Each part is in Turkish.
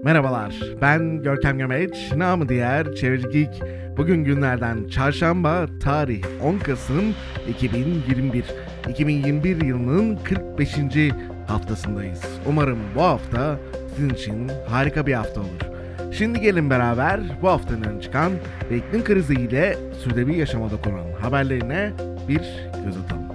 Merhabalar, ben Görkem Gömeç, namı diğer Çevreci Geek. Bugün günlerden çarşamba, tarih 10 Kasım 2021. 2021 yılının 45. haftasındayız. Umarım bu hafta sizin için harika bir hafta olur. Şimdi gelin beraber bu haftanın çıkan ve iklim kriziyle sürdürülebilir yaşama dokunan haberlerine bir göz atalım.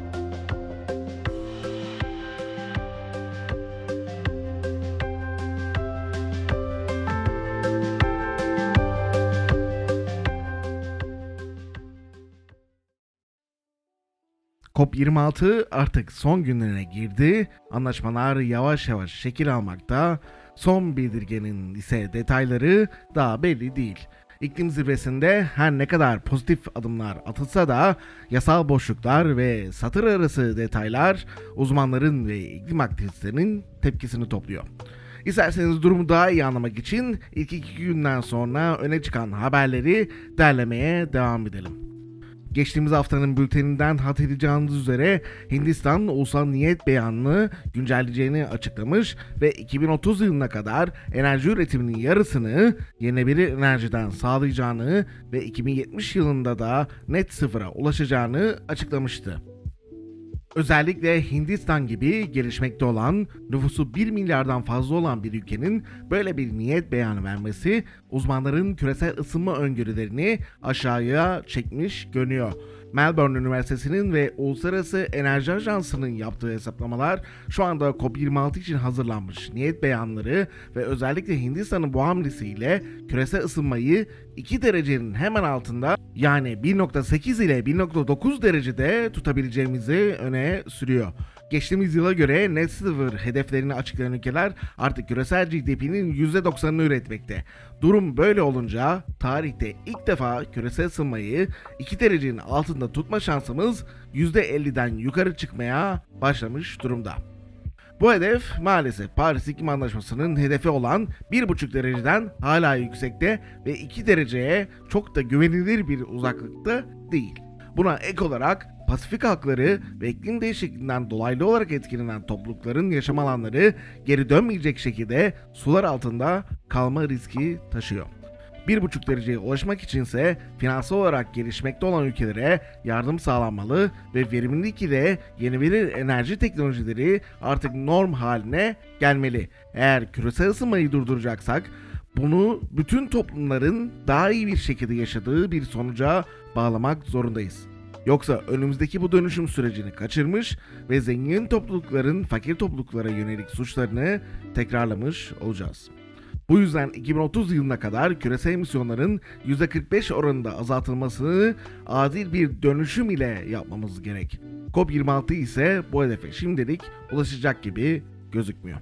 COP26 artık son günlerine girdi. Anlaşmalar yavaş yavaş şekil almakta. Son bildirgenin ise detayları daha belli değil. İklim zirvesinde her ne kadar pozitif adımlar atılsa da yasal boşluklar ve satır arası detaylar uzmanların ve iklim aktivistlerinin tepkisini topluyor. İsterseniz durumu daha iyi anlamak için ilk 2 günden sonra öne çıkan haberleri derlemeye devam edelim. Geçtiğimiz haftanın bülteninden hatırlayacağınız üzere Hindistan ulusal niyet beyanını güncelleyeceğini açıklamış ve 2030 yılına kadar enerji üretiminin yarısını yenilenebilir enerjiden sağlayacağını ve 2070 yılında da net sıfıra ulaşacağını açıklamıştı. Özellikle Hindistan gibi gelişmekte olan, nüfusu 1 milyardan fazla olan bir ülkenin böyle bir niyet beyanı vermesi uzmanların küresel ısınma öngörülerini aşağıya çekmiş görünüyor. Melbourne Üniversitesi'nin ve Uluslararası Enerji Ajansı'nın yaptığı hesaplamalar şu anda COP26 için hazırlanmış niyet beyanları ve özellikle Hindistan'ın bu hamlesiyle küresel ısınmayı 2 derecenin hemen altında, yani 1.8 ile 1.9 derecede tutabileceğimizi öne sürüyor. Geçtiğimiz yıla göre net sıfır hedeflerini açıklayan ülkeler artık küresel GDP'nin %90'ını üretmekte. Durum böyle olunca tarihte ilk defa küresel ısınmayı 2 derecenin altında tutma şansımız %50'den yukarı çıkmaya başlamış durumda. Bu hedef maalesef Paris İklim Anlaşması'nın hedefi olan 1,5 dereceden hala yüksekte ve 2 dereceye çok da güvenilir bir uzaklıkta değil. Buna ek olarak Pasifik halkları ve iklim değişikliğinden dolaylı olarak etkilenen toplulukların yaşam alanları geri dönmeyecek şekilde sular altında kalma riski taşıyor. 1,5 dereceye ulaşmak içinse finansal olarak gelişmekte olan ülkelere yardım sağlanmalı ve verimlilik ile yenilenebilir enerji teknolojileri artık norm haline gelmeli. Eğer küresel ısınmayı durduracaksak bunu bütün toplumların daha iyi bir şekilde yaşadığı bir sonuca bağlamak zorundayız. Yoksa önümüzdeki bu dönüşüm sürecini kaçırmış ve zengin toplulukların fakir topluluklara yönelik suçlarını tekrarlamış olacağız. Bu yüzden 2030 yılına kadar küresel emisyonların %45 oranında azaltılmasını adil bir dönüşüm ile yapmamız gerek. COP26 ise bu hedefe şimdilik ulaşacak gibi gözükmüyor.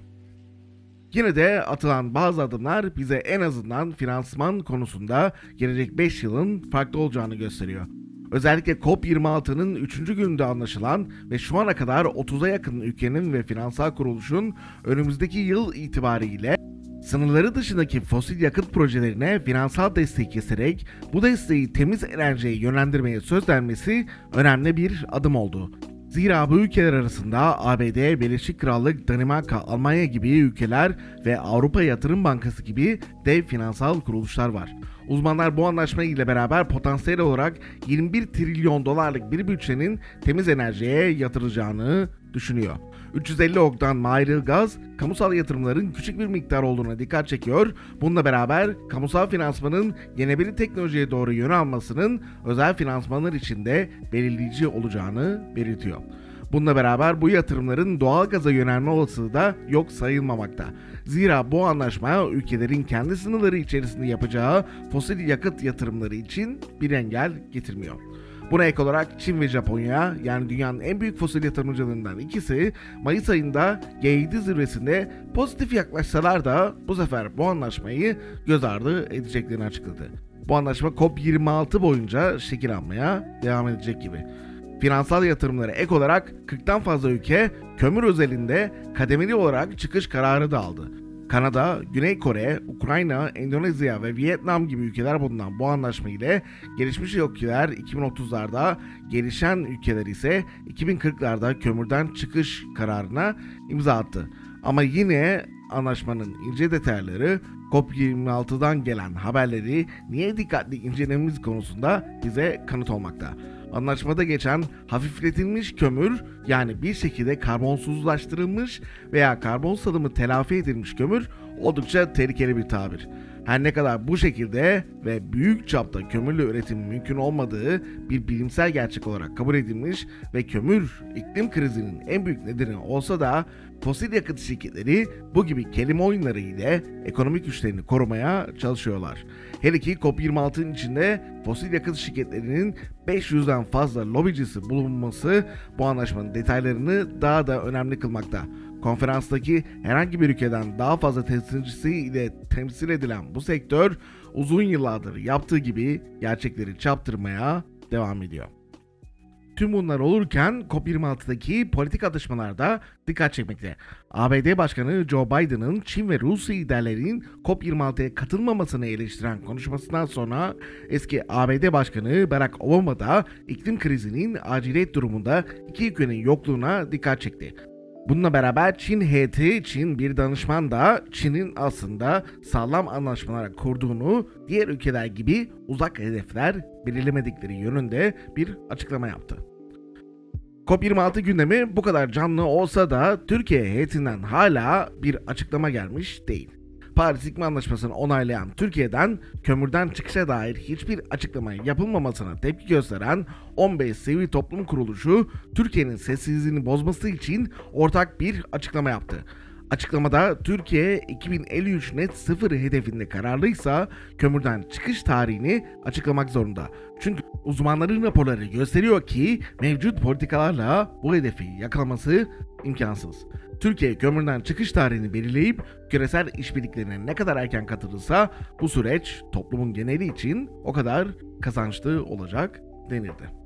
Yine de atılan bazı adımlar bize en azından finansman konusunda gelecek 5 yılın farklı olacağını gösteriyor. Özellikle COP26'nın 3. gününde anlaşılan ve şu ana kadar 30'a yakın ülkenin ve finansal kuruluşun önümüzdeki yıl itibariyle sınırları dışındaki fosil yakıt projelerine finansal destek keserek bu desteği temiz enerjiye yönlendirmeye söz vermesi önemli bir adım oldu. Zira bu ülkeler arasında ABD, Birleşik Krallık, Danimarka, Almanya gibi ülkeler ve Avrupa Yatırım Bankası gibi dev finansal kuruluşlar var. Uzmanlar bu anlaşma ile beraber potansiyel olarak 21 trilyon dolarlık bir bütçenin temiz enerjiye yatırılacağını düşünüyor. 350 oktan mahirli gaz, kamusal yatırımların küçük bir miktar olduğuna dikkat çekiyor. Bununla beraber kamusal finansmanın yenilenebilir teknolojiye doğru yön almasının özel finansmanlar için de belirleyici olacağını belirtiyor. Bununla beraber bu yatırımların doğal gaza yönelme olasılığı da yok sayılmamakta. Zira bu anlaşma ülkelerin kendi sınırları içerisinde yapacağı fosil yakıt yatırımları için bir engel getirmiyor. Buna ek olarak Çin ve Japonya, yani dünyanın en büyük fosil yatırımcılarından ikisi, Mayıs ayında G7 zirvesinde pozitif yaklaşsalar da bu sefer bu anlaşmayı göz ardı edeceklerini açıkladı. Bu anlaşma COP26 boyunca şekil almaya devam edecek gibi. Finansal yatırımlara ek olarak 40'tan fazla ülke kömür özelinde kademeli olarak çıkış kararı da aldı. Kanada, Güney Kore, Ukrayna, Endonezya ve Vietnam gibi ülkeler bulunan bu anlaşma ile gelişmiş ülkeler 2030'larda, gelişen ülkeler ise 2040'larda kömürden çıkış kararına imza attı. Ama yine anlaşmanın ince detayları, COP26'dan gelen haberleri niye dikkatli incelememiz konusunda bize kanıt olmakta. Anlaşmada geçen hafifletilmiş kömür, yani bir şekilde karbonsuzlaştırılmış veya karbon salımı telafi edilmiş kömür oldukça tehlikeli bir tabir. Her ne kadar bu şekilde ve büyük çapta kömürle üretim mümkün olmadığı bir bilimsel gerçek olarak kabul edilmiş ve kömür iklim krizinin en büyük nedeni olsa da fosil yakıt şirketleri bu gibi kelime oyunları ile ekonomik güçlerini korumaya çalışıyorlar. Hele ki COP26'nın içinde fosil yakıt şirketlerinin 500'den fazla lobicisi bulunması bu anlaşmanın detaylarını daha da önemli kılmakta. Konferanstaki herhangi bir ülkeden daha fazla temsilcisi ile temsil edilen bu sektör uzun yıllardır yaptığı gibi gerçekleri çarptırmaya devam ediyor. Tüm bunlar olurken COP26'daki politik atışmalarda dikkat çekmekte. ABD Başkanı Joe Biden'ın Çin ve Rusya liderlerinin COP26'ya katılmamasını eleştiren konuşmasından sonra eski ABD Başkanı Barack Obama da iklim krizinin aciliyet durumunda iki ülkenin yokluğuna dikkat çekti. Bununla beraber Çin heyeti için bir danışman da Çin'in aslında sağlam anlaşmalar kurduğunu, diğer ülkeler gibi uzak hedefler belirlemedikleri yönünde bir açıklama yaptı. COP26 gündemi bu kadar canlı olsa da Türkiye heyetinden hala bir açıklama gelmiş değil. Paris İklim Anlaşması'nı onaylayan Türkiye'den kömürden çıkışa dair hiçbir açıklama yapılmamasına tepki gösteren 15 Sivil Toplum Kuruluşu, Türkiye'nin sessizliğini bozması için ortak bir açıklama yaptı. Açıklamada Türkiye 2053 net sıfır hedefinde kararlıysa kömürden çıkış tarihini açıklamak zorunda. Çünkü uzmanların raporları gösteriyor ki mevcut politikalarla bu hedefi yakalaması imkansız. Türkiye kömürden çıkış tarihini belirleyip küresel işbirliklerine ne kadar erken katılırsa bu süreç toplumun geneli için o kadar kazançlı olacak denildi.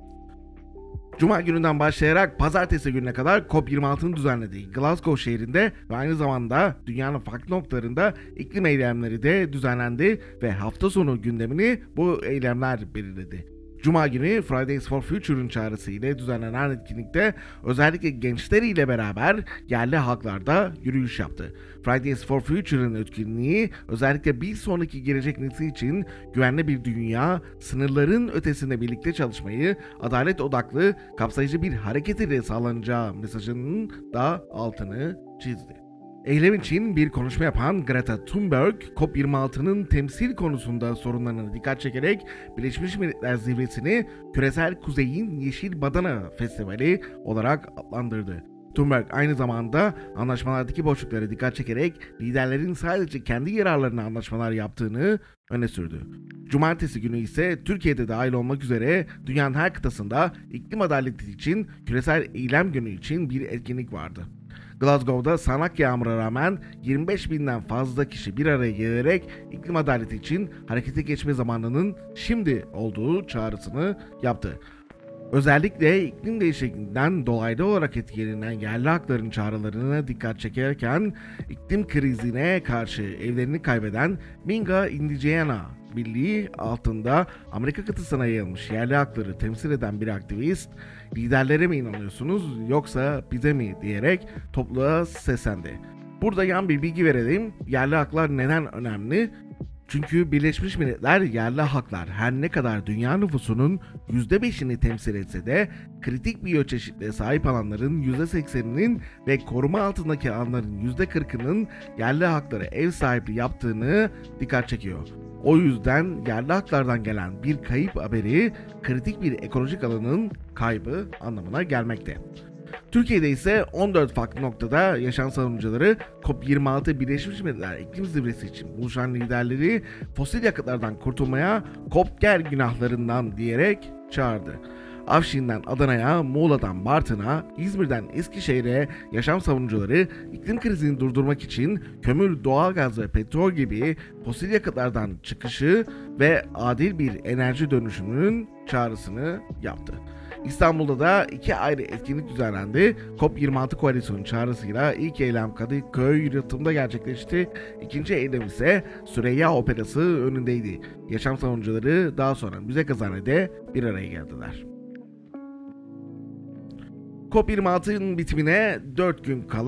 Cuma gününden başlayarak pazartesi gününe kadar COP26'nın düzenlediği Glasgow şehrinde ve aynı zamanda dünyanın farklı noktalarında iklim eylemleri de düzenlendi ve hafta sonu gündemini bu eylemler belirledi. Cuma günü Fridays for Future'ın çağrısı ile düzenlenen etkinlikte özellikle gençleriyle beraber yerli halklarda yürüyüş yaptı. Fridays for Future'ın etkinliği özellikle bir sonraki gelecek nesil için güvenli bir dünya, sınırların ötesinde birlikte çalışmayı, adalet odaklı, kapsayıcı bir hareket ile sağlanacağı mesajının da altını çizdi. Eylem için bir konuşma yapan Greta Thunberg, COP26'nın temsil konusunda sorunlarına dikkat çekerek Birleşmiş Milletler Zirvesi'ni küresel kuzeyin Yeşil Badana Festivali olarak adlandırdı. Thunberg aynı zamanda anlaşmalardaki boşluklara dikkat çekerek liderlerin sadece kendi yararlarına anlaşmalar yaptığını öne sürdü. Cumartesi günü ise Türkiye'de dahil olmak üzere dünyanın her kıtasında iklim adaleti için küresel eylem günü için bir etkinlik vardı. Glasgow'da sağanak yağmura rağmen 25 binden fazla kişi bir araya gelerek iklim adaleti için harekete geçme zamanının şimdi olduğu çağrısını yaptı. Özellikle iklim değişikliğinden dolaylı olarak etkilenen yerli halkların çağrılarına dikkat çekerken iklim krizine karşı evlerini kaybeden Minga Indigenous Birliği altında Amerika kıtasına yayılmış yerli hakları temsil eden bir aktivist, liderlere mi inanıyorsunuz yoksa bize mi diyerek topluluğa seslendi. Burada yan bir bilgi verelim, yerli haklar neden önemli? Çünkü Birleşmiş Milletler yerli haklar her ne kadar dünya nüfusunun %5'ini temsil etse de kritik biyoçeşitliğe sahip alanların %80'inin ve koruma altındaki alanların %40'ının yerli haklara ev sahipliği yaptığını dikkat çekiyor. O yüzden yerli haklardan gelen bir kayıp haberi kritik bir ekolojik alanın kaybı anlamına gelmekte. Türkiye'de ise 14 farklı noktada yaşam savunucuları COP26 Birleşmiş Milletler İklim Zirvesi için buluşan liderleri fosil yakıtlardan kurtulmaya COP gel günahlarından diyerek çağırdı. Afşin'den Adana'ya, Muğla'dan Bartın'a, İzmir'den Eskişehir'e yaşam savunucuları iklim krizini durdurmak için kömür, doğalgaz ve petrol gibi fosil yakıtlardan çıkışı ve adil bir enerji dönüşümünün çağrısını yaptı. İstanbul'da da iki ayrı etkinlik düzenlendi. COP26 koalisyonu çağrısıyla ilk eylem Kadıköy Yalıtım'da gerçekleşti. İkinci eylem ise Süreyya Operası önündeydi. Yaşam savunucuları daha sonra Müze Kazanı'da bir araya geldiler. COP26'nın bitimine 4 gün kala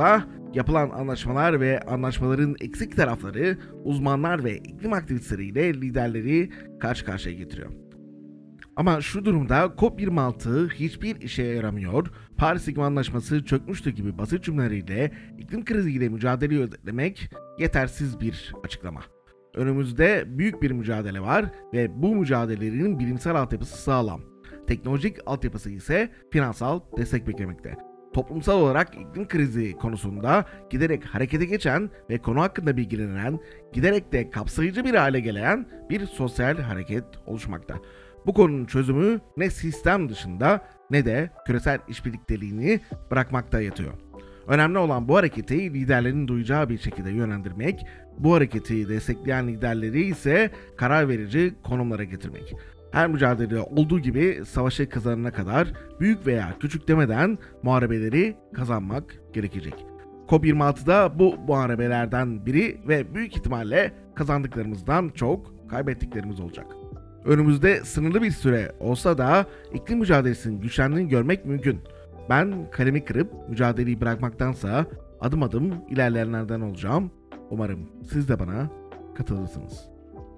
Yapılan anlaşmalar ve anlaşmaların eksik tarafları uzmanlar ve iklim aktivistleriyle liderleri karşı karşıya getiriyor. Ama şu durumda COP26 hiçbir işe yaramıyor, Paris İklim Anlaşması çökmüştü gibi basit cümleleriyle iklim kriziyle mücadeleyi özetlemek yetersiz bir açıklama. Önümüzde büyük bir mücadele var ve bu mücadelenin bilimsel altyapısı sağlam. Teknolojik altyapısı ise finansal destek beklemekte. Toplumsal olarak iklim krizi konusunda giderek harekete geçen ve konu hakkında bilgilenen, giderek de kapsayıcı bir hale gelen bir sosyal hareket oluşmakta. Bu konunun çözümü ne sistem dışında ne de küresel işbirlikteliğini bırakmakta yatıyor. Önemli olan bu hareketi liderlerin duyacağı bir şekilde yönlendirmek, bu hareketi destekleyen liderleri ise karar verici konumlara getirmek. Her mücadelede olduğu gibi savaşı kazanana kadar büyük veya küçük demeden muharebeleri kazanmak gerekecek. COP26'da bu muharebelerden biri ve büyük ihtimalle kazandıklarımızdan çok kaybettiklerimiz olacak. Önümüzde sınırlı bir süre olsa da iklim mücadelesinin güçlendiğini görmek mümkün. Ben kalemi kırıp mücadeleyi bırakmaktansa adım adım ilerleyenlerden olacağım. Umarım siz de bana katılırsınız.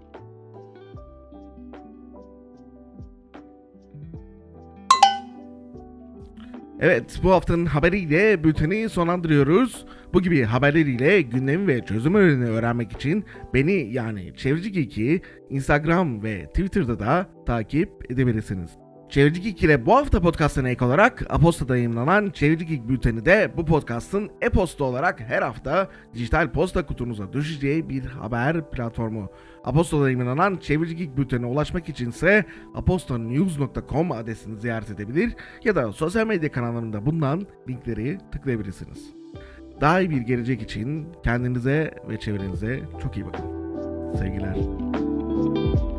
Evet, bu haftanın haberiyle bülteni sonlandırıyoruz. Bu gibi haberleriyle gündemi ve çözümlerini öğrenmek için beni yani Çevreci Geek'i Instagram ve Twitter'da da takip edebilirsiniz. Çevreci Geek ile bu hafta podcastına ek olarak Aposta'da yayınlanan Çevreci Geek bülteni de bu podcastın e-posta olarak her hafta dijital posta kutunuza düşeceği bir haber platformu. Aposta'da yayınlanan Çevreci Geek bültenine ulaşmak içinse apostanews.com adresini ziyaret edebilir ya da sosyal medya kanallarında bulunan linkleri tıklayabilirsiniz. Daha iyi bir gelecek için kendinize ve çevrenize çok iyi bakın. Sevgiler.